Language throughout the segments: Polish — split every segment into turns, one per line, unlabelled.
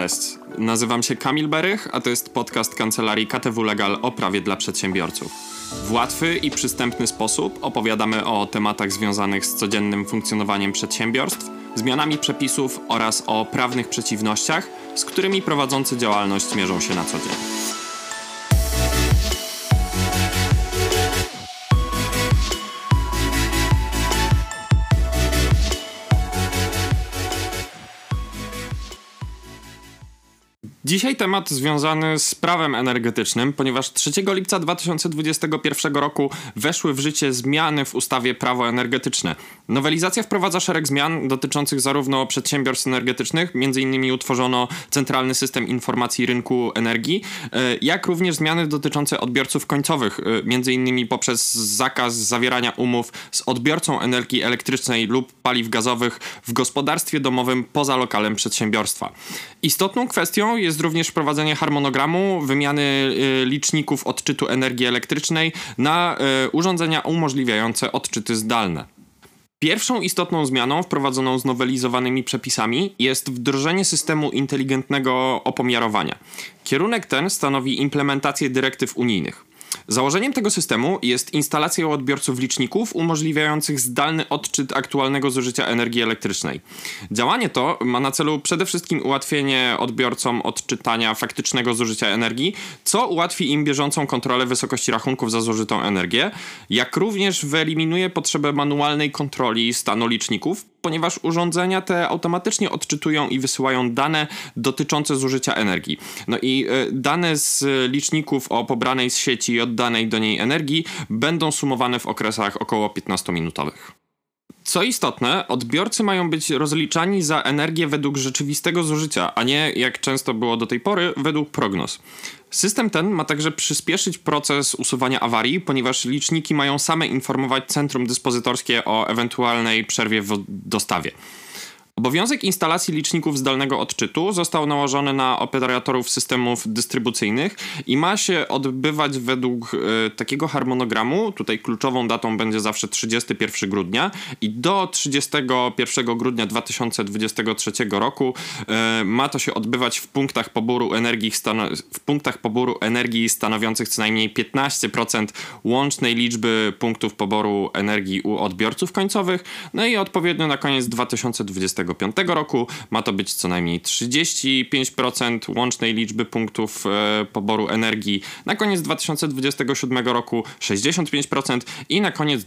Cześć, nazywam się Kamil Berych, a to jest podcast kancelarii KTW Legal o prawie dla przedsiębiorców. W łatwy i przystępny sposób opowiadamy o tematach związanych z codziennym funkcjonowaniem przedsiębiorstw, zmianami przepisów oraz o prawnych przeciwnościach, z którymi prowadzący działalność mierzą się na co dzień. Dzisiaj temat związany z prawem energetycznym, ponieważ 3 lipca 2021 roku weszły w życie zmiany w ustawie Prawo energetyczne. Nowelizacja wprowadza szereg zmian dotyczących zarówno przedsiębiorstw energetycznych, m.in. utworzono Centralny System Informacji Rynku Energii, jak również zmiany dotyczące odbiorców końcowych, m.in. poprzez zakaz zawierania umów z odbiorcą energii elektrycznej lub paliw gazowych w gospodarstwie domowym poza lokalem przedsiębiorstwa. Istotną kwestią jest również wprowadzenie harmonogramu wymiany liczników odczytu energii elektrycznej na urządzenia umożliwiające odczyty zdalne. Pierwszą istotną zmianą wprowadzoną znowelizowanymi przepisami jest wdrożenie systemu inteligentnego opomiarowania. Kierunek ten stanowi implementację dyrektyw unijnych. Założeniem tego systemu jest instalacja u odbiorców liczników umożliwiających zdalny odczyt aktualnego zużycia energii elektrycznej. Działanie to ma na celu przede wszystkim ułatwienie odbiorcom odczytania faktycznego zużycia energii, co ułatwi im bieżącą kontrolę wysokości rachunków za zużytą energię, jak również wyeliminuje potrzebę manualnej kontroli stanu liczników, ponieważ urządzenia te automatycznie odczytują i wysyłają dane dotyczące zużycia energii. No i dane z liczników o pobranej z sieci i oddanej do niej energii będą sumowane w okresach około 15-minutowych. Co istotne, odbiorcy mają być rozliczani za energię według rzeczywistego zużycia, a nie, jak często było do tej pory, według prognoz. System ten ma także przyspieszyć proces usuwania awarii, ponieważ liczniki mają same informować centrum dyspozytorskie o ewentualnej przerwie w dostawie. Obowiązek instalacji liczników zdalnego odczytu został nałożony na operatorów systemów dystrybucyjnych i ma się odbywać według takiego harmonogramu. Tutaj kluczową datą będzie zawsze 31 grudnia i do 31 grudnia 2023 roku ma to się odbywać w punktach poboru energii stanowiących co najmniej 15% łącznej liczby punktów poboru energii u odbiorców końcowych, no i odpowiednio na koniec 2025 roku ma to być co najmniej 35% łącznej liczby punktów poboru energii, na koniec 2027 roku 65% i na koniec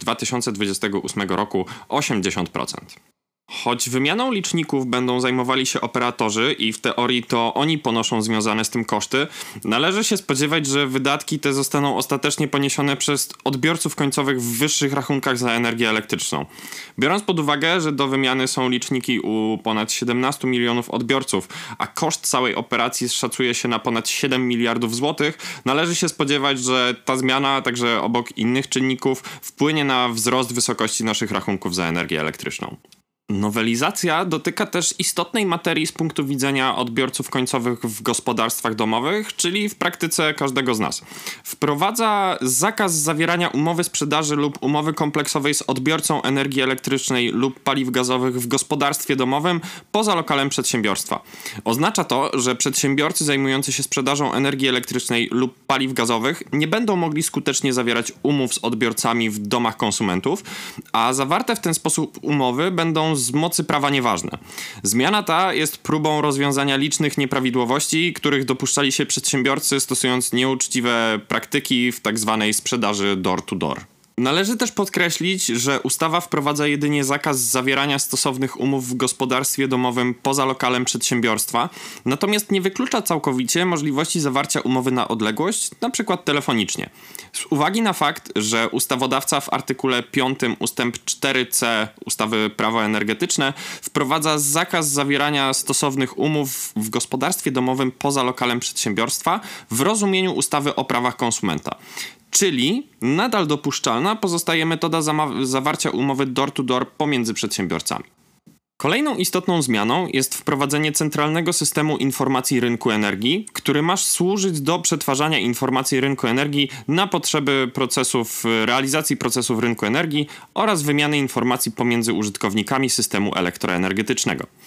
2028 roku 80%. Choć wymianą liczników będą zajmowali się operatorzy i w teorii to oni ponoszą związane z tym koszty, należy się spodziewać, że wydatki te zostaną ostatecznie poniesione przez odbiorców końcowych w wyższych rachunkach za energię elektryczną. Biorąc pod uwagę, że do wymiany są liczniki u ponad 17 milionów odbiorców, a koszt całej operacji szacuje się na ponad 7 miliardów złotych, należy się spodziewać, że ta zmiana, także obok innych czynników, wpłynie na wzrost wysokości naszych rachunków za energię elektryczną. Nowelizacja dotyka też istotnej materii z punktu widzenia odbiorców końcowych w gospodarstwach domowych, czyli w praktyce każdego z nas. Wprowadza zakaz zawierania umowy sprzedaży lub umowy kompleksowej z odbiorcą energii elektrycznej lub paliw gazowych w gospodarstwie domowym poza lokalem przedsiębiorstwa. Oznacza to, że przedsiębiorcy zajmujący się sprzedażą energii elektrycznej lub paliw gazowych nie będą mogli skutecznie zawierać umów z odbiorcami w domach konsumentów, a zawarte w ten sposób umowy będą z mocy prawa nieważne. Zmiana ta jest próbą rozwiązania licznych nieprawidłowości, których dopuszczali się przedsiębiorcy stosując nieuczciwe praktyki w tzw. sprzedaży door-to-door. Należy też podkreślić, że ustawa wprowadza jedynie zakaz zawierania stosownych umów w gospodarstwie domowym poza lokalem przedsiębiorstwa, natomiast nie wyklucza całkowicie możliwości zawarcia umowy na odległość, np. telefonicznie. Z uwagi na fakt, że ustawodawca w artykule 5 ustęp 4c ustawy Prawo energetyczne wprowadza zakaz zawierania stosownych umów w gospodarstwie domowym poza lokalem przedsiębiorstwa w rozumieniu ustawy o prawach konsumenta. Czyli nadal dopuszczalna pozostaje metoda zawarcia umowy door-to-door pomiędzy przedsiębiorcami. Kolejną istotną zmianą jest wprowadzenie Centralnego Systemu Informacji Rynku Energii, który ma służyć do przetwarzania informacji rynku energii na potrzeby realizacji procesów rynku energii oraz wymiany informacji pomiędzy użytkownikami systemu elektroenergetycznego.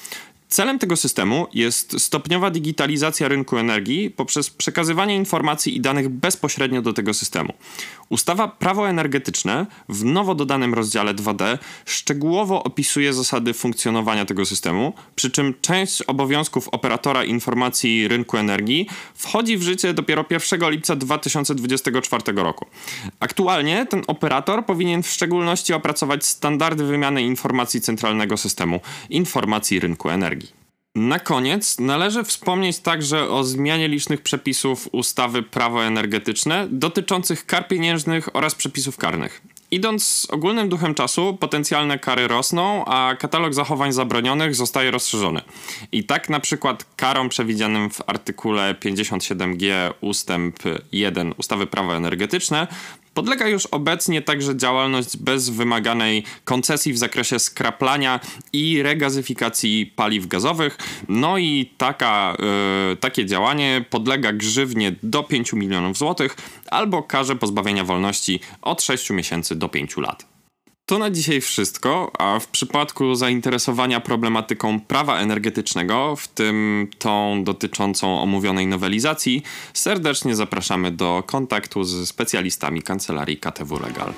Celem tego systemu jest stopniowa digitalizacja rynku energii poprzez przekazywanie informacji i danych bezpośrednio do tego systemu. Ustawa Prawo energetyczne w nowo dodanym rozdziale 2d szczegółowo opisuje zasady funkcjonowania tego systemu, przy czym część obowiązków operatora informacji rynku energii wchodzi w życie dopiero 1 lipca 2024 roku. Aktualnie ten operator powinien w szczególności opracować standardy wymiany informacji centralnego systemu informacji rynku energii. Na koniec należy wspomnieć także o zmianie licznych przepisów ustawy Prawo energetyczne dotyczących kar pieniężnych oraz przepisów karnych. Idąc z ogólnym duchem czasu, potencjalne kary rosną, a katalog zachowań zabronionych zostaje rozszerzony. I tak na przykład karom przewidzianym w artykule 57g ustęp 1 ustawy Prawo energetyczne podlega już obecnie także działalność bez wymaganej koncesji w zakresie skraplania i regazyfikacji paliw gazowych. No i takie działanie podlega grzywnie do 5 milionów złotych albo karze pozbawienia wolności od 6 miesięcy do 5 lat. To na dzisiaj wszystko, a w przypadku zainteresowania problematyką prawa energetycznego, w tym tą dotyczącą omówionej nowelizacji, serdecznie zapraszamy do kontaktu z specjalistami Kancelarii KTW Legal.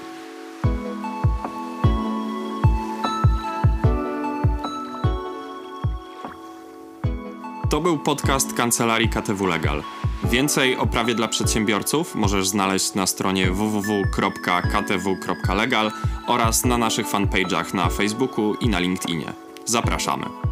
To był podcast Kancelarii KTW Legal. Więcej o prawie dla przedsiębiorców możesz znaleźć na stronie www.ktw.legal oraz na naszych fanpage'ach na Facebooku i na LinkedInie. Zapraszamy.